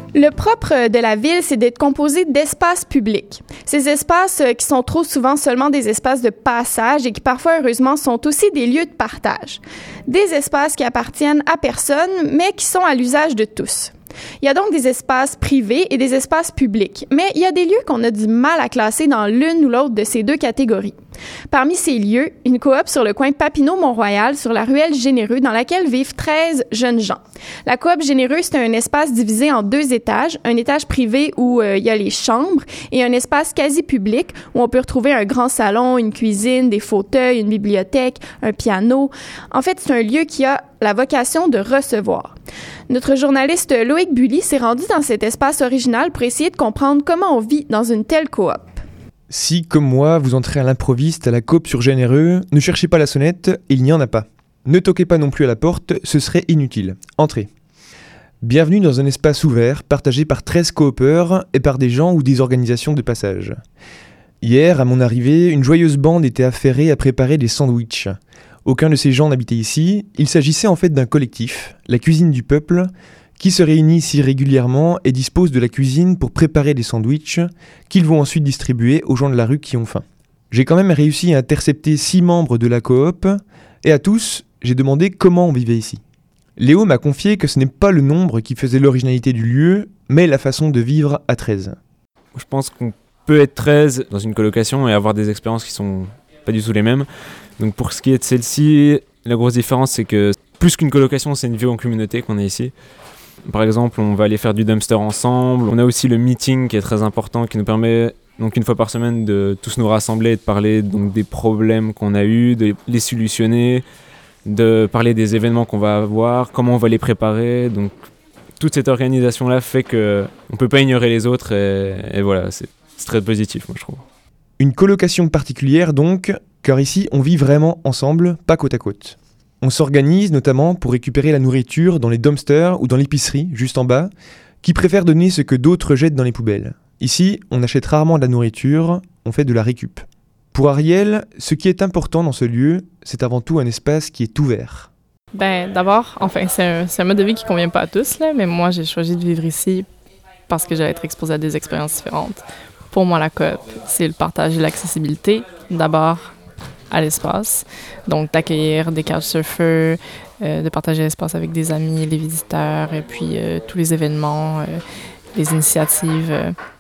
Le propre de la ville, c'est d'être composé d'espaces publics. Ces espaces qui sont trop souvent seulement des espaces de passage et qui parfois, heureusement, sont aussi des lieux de partage. Des espaces qui appartiennent à personne, mais qui sont à l'usage de tous. Il y a donc des espaces privés et des espaces publics, mais il y a des lieux qu'on a du mal à classer dans l'une ou l'autre de ces deux catégories. Parmi ces lieux, une coop sur le coin Papineau-Mont-Royal, sur la ruelle Généreux, dans laquelle vivent 13 jeunes gens. La coop Généreux, c'est un espace divisé en 2 étages, un étage privé où il y a les chambres et un espace quasi public où on peut retrouver un grand salon, une cuisine, des fauteuils, une bibliothèque, un piano. En fait, c'est un lieu qui a la vocation de recevoir. Notre journaliste Loïc Bully s'est rendu dans cet espace original pour essayer de comprendre comment on vit dans une telle coop. Si, comme moi, vous entrez à l'improviste à la coop sur Généreux, ne cherchez pas la sonnette, il n'y en a pas. Ne toquez pas non plus à la porte, ce serait inutile. Entrez. Bienvenue dans un espace ouvert, partagé par 13 coopeurs et par des gens ou des organisations de passage. Hier, à mon arrivée, une joyeuse bande était affairée à préparer des sandwichs. Aucun de ces gens n'habitait ici, il s'agissait en fait d'un collectif, la Cuisine du Peuple, qui se réunit ici régulièrement et dispose de la cuisine pour préparer des sandwichs qu'ils vont ensuite distribuer aux gens de la rue qui ont faim. J'ai quand même réussi à intercepter 6 membres de la coop et à tous, j'ai demandé comment on vivait ici. Léo m'a confié que ce n'est pas le nombre qui faisait l'originalité du lieu, mais la façon de vivre à 13. Je pense qu'on peut être 13 dans une colocation et avoir des expériences qui sont pas du tout les mêmes. Donc pour ce qui est de celle-ci, la grosse différence c'est que plus qu'une colocation, c'est une vie en communauté qu'on a ici. Par exemple, on va aller faire du dumpster ensemble. On a aussi le meeting qui est très important, qui nous permet donc une fois par semaine de tous nous rassembler et de parler donc des problèmes qu'on a eus, de les solutionner, de parler des événements qu'on va avoir, comment on va les préparer. Donc toute cette organisation-là fait qu'on ne peut pas ignorer les autres et voilà, c'est très positif, moi je trouve. Une colocation particulière donc, car ici on vit vraiment ensemble, pas côte à côte. On s'organise notamment pour récupérer la nourriture dans les dumpsters ou dans l'épicerie, juste en bas, qui préfèrent donner ce que d'autres jettent dans les poubelles. Ici, on achète rarement de la nourriture, on fait de la récup. Pour Ariel, ce qui est important dans ce lieu, c'est avant tout un espace qui est ouvert. D'abord, c'est un mode de vie qui ne convient pas à tous, là, mais moi, j'ai choisi de vivre ici parce que j'allais être exposée à des expériences différentes. Pour moi, la coop, c'est le partage et l'accessibilité. D'abord, à l'espace, donc d'accueillir des couchsurfers, de partager l'espace avec des amis, les visiteurs, et puis tous les événements, les initiatives.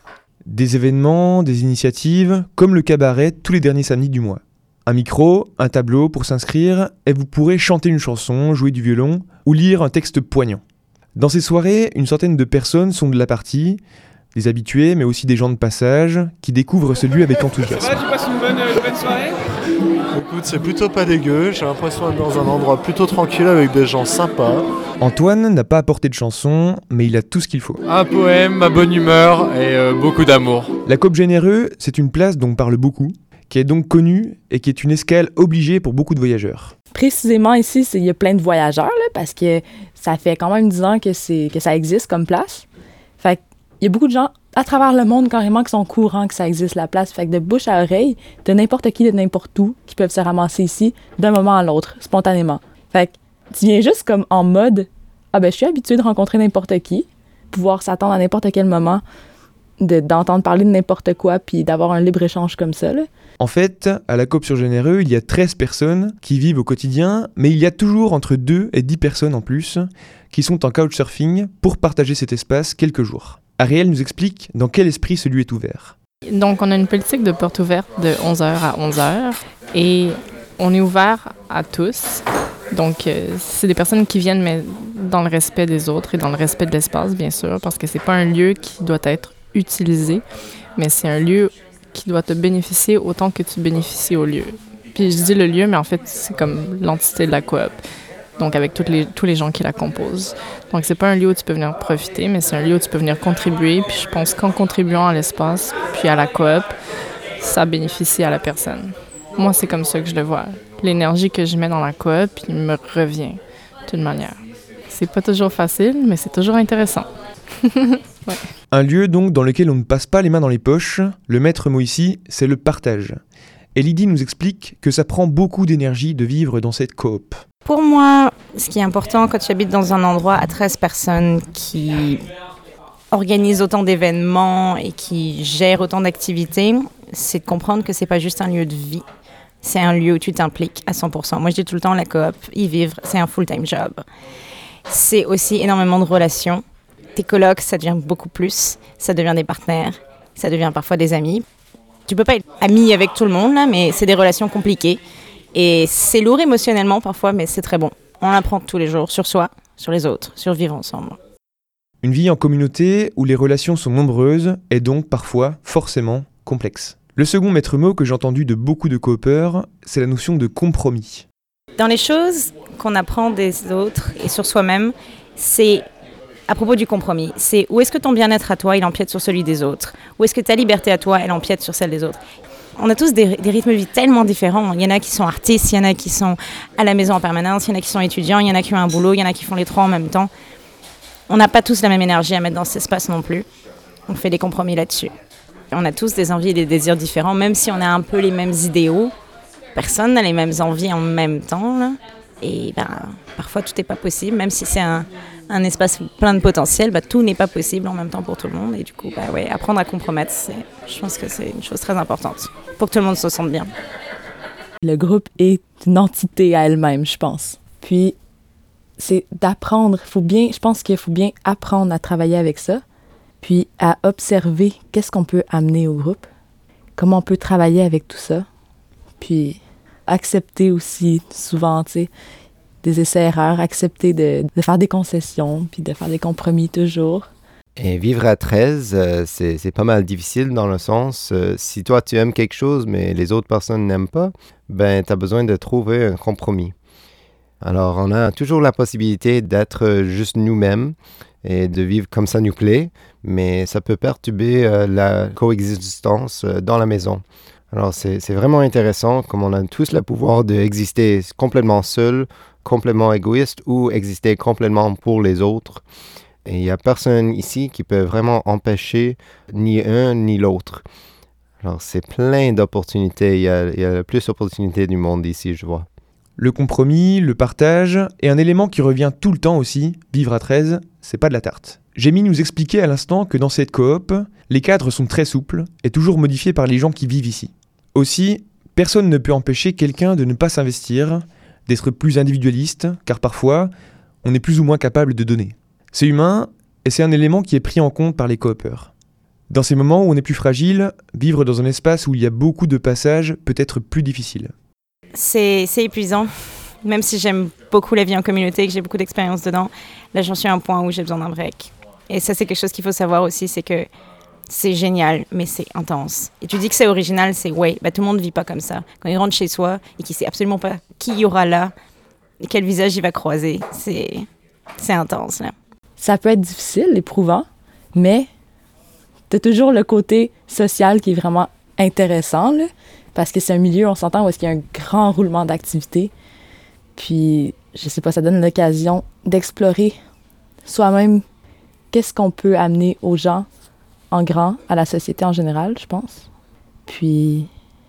Des événements, des initiatives, comme le cabaret tous les derniers samedis du mois. Un micro, un tableau pour s'inscrire, et vous pourrez chanter une chanson, jouer du violon, ou lire un texte poignant. Dans ces soirées, une centaine de personnes sont de la partie, des habitués, mais aussi des gens de passage, qui découvrent ce lieu avec enthousiasme. Ça va, tu passes une bonne soirée ? Écoute, c'est plutôt pas dégueu, j'ai l'impression d'être dans un endroit plutôt tranquille avec des gens sympas. Antoine n'a pas apporté de chanson, mais il a tout ce qu'il faut. Un poème, ma bonne humeur et beaucoup d'amour. La coop Généreux, c'est une place dont on parle beaucoup, qui est donc connue et qui est une escale obligée pour beaucoup de voyageurs. Précisément ici, il y a plein de voyageurs, là, parce que ça fait quand même 10 ans que ça existe comme place. Fait qu'il y a beaucoup de gens à travers le monde carrément qui sont courants que ça existe la place. Fait que de bouche à oreille, de n'importe qui, de n'importe où, qui peuvent se ramasser ici d'un moment à l'autre, spontanément. Fait que tu viens juste comme en mode « Ah ben je suis habitué de rencontrer n'importe qui », pouvoir s'attendre à n'importe quel moment, d'entendre parler de n'importe quoi, puis d'avoir un libre-échange comme ça, là. En fait, à la coop sur Généreux, il y a 13 personnes qui vivent au quotidien, mais il y a toujours entre 2 et 10 personnes en plus qui sont en couchsurfing pour partager cet espace quelques jours. Ariel nous explique dans quel esprit ce lieu est ouvert. Donc, on a une politique de porte ouverte de 11h à 11h et on est ouvert à tous. Donc, c'est des personnes qui viennent, mais dans le respect des autres et dans le respect de l'espace, bien sûr, parce que c'est pas un lieu qui doit être utilisé, mais c'est un lieu qui doit te bénéficier autant que tu bénéficies au lieu. Puis je dis le lieu, mais en fait, c'est comme l'entité de la coop. Donc, avec tous les gens qui la composent. Donc, c'est pas un lieu où tu peux venir profiter, mais c'est un lieu où tu peux venir contribuer. Puis, je pense qu'en contribuant à l'espace, puis à la coop, ça bénéficie à la personne. Moi, c'est comme ça que je le vois. L'énergie que je mets dans la coop, il me revient d'une manière. C'est pas toujours facile, mais c'est toujours intéressant. Ouais. Un lieu donc dans lequel on ne passe pas les mains dans les poches. Le maître mot ici, c'est le partage. Et Lydie nous explique que ça prend beaucoup d'énergie de vivre dans cette coop. Pour moi, ce qui est important quand tu habites dans un endroit à 13 personnes qui organise autant d'événements et qui gère autant d'activités, c'est de comprendre que c'est pas juste un lieu de vie. C'est un lieu où tu t'impliques à 100%. Moi, je dis tout le temps, la coop, y vivre, c'est un full-time job. C'est aussi énormément de relations. Tes colocs, ça devient beaucoup plus. Ça devient des partenaires. Ça devient parfois des amis. Tu peux pas être ami avec tout le monde, là, mais c'est des relations compliquées. Et c'est lourd émotionnellement parfois, mais c'est très bon. On apprend tous les jours sur soi, sur les autres, sur vivre ensemble. Une vie en communauté où les relations sont nombreuses est donc parfois forcément complexe. Le second maître mot que j'ai entendu de beaucoup de coopeurs, c'est la notion de compromis. Dans les choses qu'on apprend des autres et sur soi-même, c'est à propos du compromis. C'est où est-ce que ton bien-être à toi, il empiète sur celui des autres? Où est-ce que ta liberté à toi, elle empiète sur celle des autres? On a tous des rythmes de vie tellement différents. Il y en a qui sont artistes, il y en a qui sont à la maison en permanence, il y en a qui sont étudiants, il y en a qui ont un boulot, il y en a qui font les trois en même temps. On n'a pas tous la même énergie à mettre dans cet espace non plus. On fait des compromis là-dessus. On a tous des envies et des désirs différents, même si on a un peu les mêmes idéaux. Personne n'a les mêmes envies en même temps, là. Et parfois, tout n'est pas possible. Même si c'est un espace plein de potentiel, tout n'est pas possible en même temps pour tout le monde. Et du coup, apprendre à compromettre, je pense que c'est une chose très importante pour que tout le monde se sente bien. Le groupe est une entité à elle-même, je pense. Puis, c'est d'apprendre. Je pense qu'il faut bien apprendre à travailler avec ça, puis à observer qu'est-ce qu'on peut amener au groupe, comment on peut travailler avec tout ça, puis accepter aussi souvent, tu sais, des essais-erreurs, accepter de faire des concessions, puis de faire des compromis toujours. Et vivre à 13, c'est pas mal difficile dans le sens, si toi tu aimes quelque chose mais les autres personnes n'aiment pas, t'as besoin de trouver un compromis. Alors, on a toujours la possibilité d'être juste nous-mêmes et de vivre comme ça nous plaît, mais ça peut perturber la coexistence dans la maison. Alors, c'est vraiment intéressant, comme on a tous le pouvoir d'exister complètement seul, complètement égoïste ou exister complètement pour les autres. Et il n'y a personne ici qui peut vraiment empêcher ni un ni l'autre. Alors, c'est plein d'opportunités. Il y a le plus d'opportunités du monde ici, je vois. Le compromis, le partage, et un élément qui revient tout le temps aussi, vivre à 13, c'est pas de la tarte. Jamie nous expliquait à l'instant que dans cette coop, les cadres sont très souples et toujours modifiés par les gens qui vivent ici. Aussi, personne ne peut empêcher quelqu'un de ne pas s'investir, d'être plus individualiste, car parfois, on est plus ou moins capable de donner. C'est humain, et c'est un élément qui est pris en compte par les coopeurs. Dans ces moments où on est plus fragile, vivre dans un espace où il y a beaucoup de passages peut être plus difficile. C'est épuisant, même si j'aime beaucoup la vie en communauté et que j'ai beaucoup d'expérience dedans. Là, j'en suis à un point où j'ai besoin d'un break. Et ça, c'est quelque chose qu'il faut savoir aussi, c'est que c'est génial, mais c'est intense. Et tu dis que c'est original, c'est tout le monde ne vit pas comme ça. Quand il rentre chez soi et qu'il ne sait absolument pas qui il y aura là, et quel visage il va croiser, c'est intense, là. Ça peut être difficile, éprouvant, mais t'as toujours le côté social qui est vraiment intéressant, là. Parce que c'est un milieu, on s'entend, où est-ce qu'il y a un grand roulement d'activité. Puis, je sais pas, ça donne l'occasion d'explorer soi-même qu'est-ce qu'on peut amener aux gens en grand, à la société en général, je pense. Puis,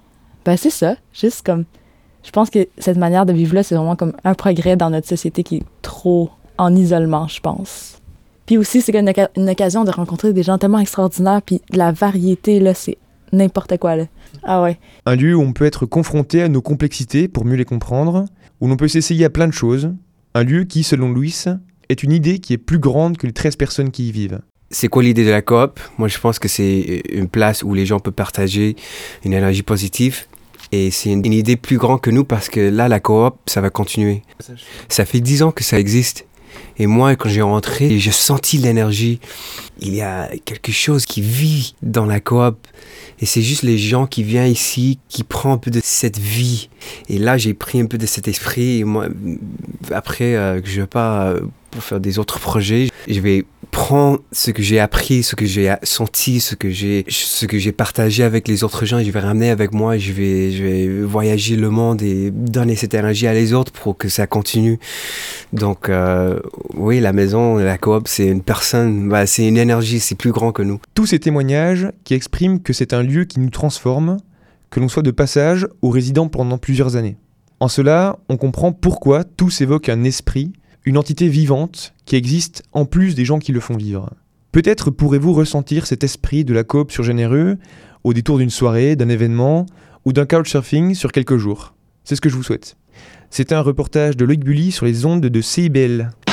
c'est ça. Juste comme, je pense que cette manière de vivre-là, c'est vraiment comme un progrès dans notre société qui est trop en isolement, je pense. Puis aussi, c'est une occasion de rencontrer des gens tellement extraordinaires, puis de la variété, là, c'est n'importe quoi, là. Ah ouais. Un lieu où on peut être confronté à nos complexités pour mieux les comprendre, où l'on peut s'essayer à plein de choses. Un lieu qui, selon Louis, est une idée qui est plus grande que les 13 personnes qui y vivent. C'est quoi l'idée de la coop? Moi, je pense que c'est une place où les gens peuvent partager une énergie positive. Et c'est une idée plus grande que nous parce que là, la coop, ça va continuer. Ça fait 10 ans que ça existe. Et moi, quand j'ai rentré, j'ai senti l'énergie. Il y a quelque chose qui vit dans la coop. Et c'est juste les gens qui viennent ici, qui prennent un peu de cette vie. Et là, j'ai pris un peu de cet esprit. Et moi, après, je vais pas pour faire des autres projets. Je vais prendre ce que j'ai appris, ce que j'ai senti, ce que j'ai partagé avec les autres gens. Et je vais ramener avec moi. Je vais voyager le monde et donner cette énergie à les autres pour que ça continue. Donc, oui, la maison, la coop, c'est une personne, c'est une énergie, c'est plus grand que nous. Tous ces témoignages qui expriment que c'est un lieu qui nous transforme, que l'on soit de passage ou résident pendant plusieurs années. En cela, on comprend pourquoi tous évoquent un esprit, une entité vivante qui existe en plus des gens qui le font vivre. Peut-être pourrez-vous ressentir cet esprit de la coop sur Généreux au détour d'une soirée, d'un événement ou d'un couchsurfing sur quelques jours. C'est ce que je vous souhaite. C'était un reportage de Loïc Bully sur les ondes de CIBL.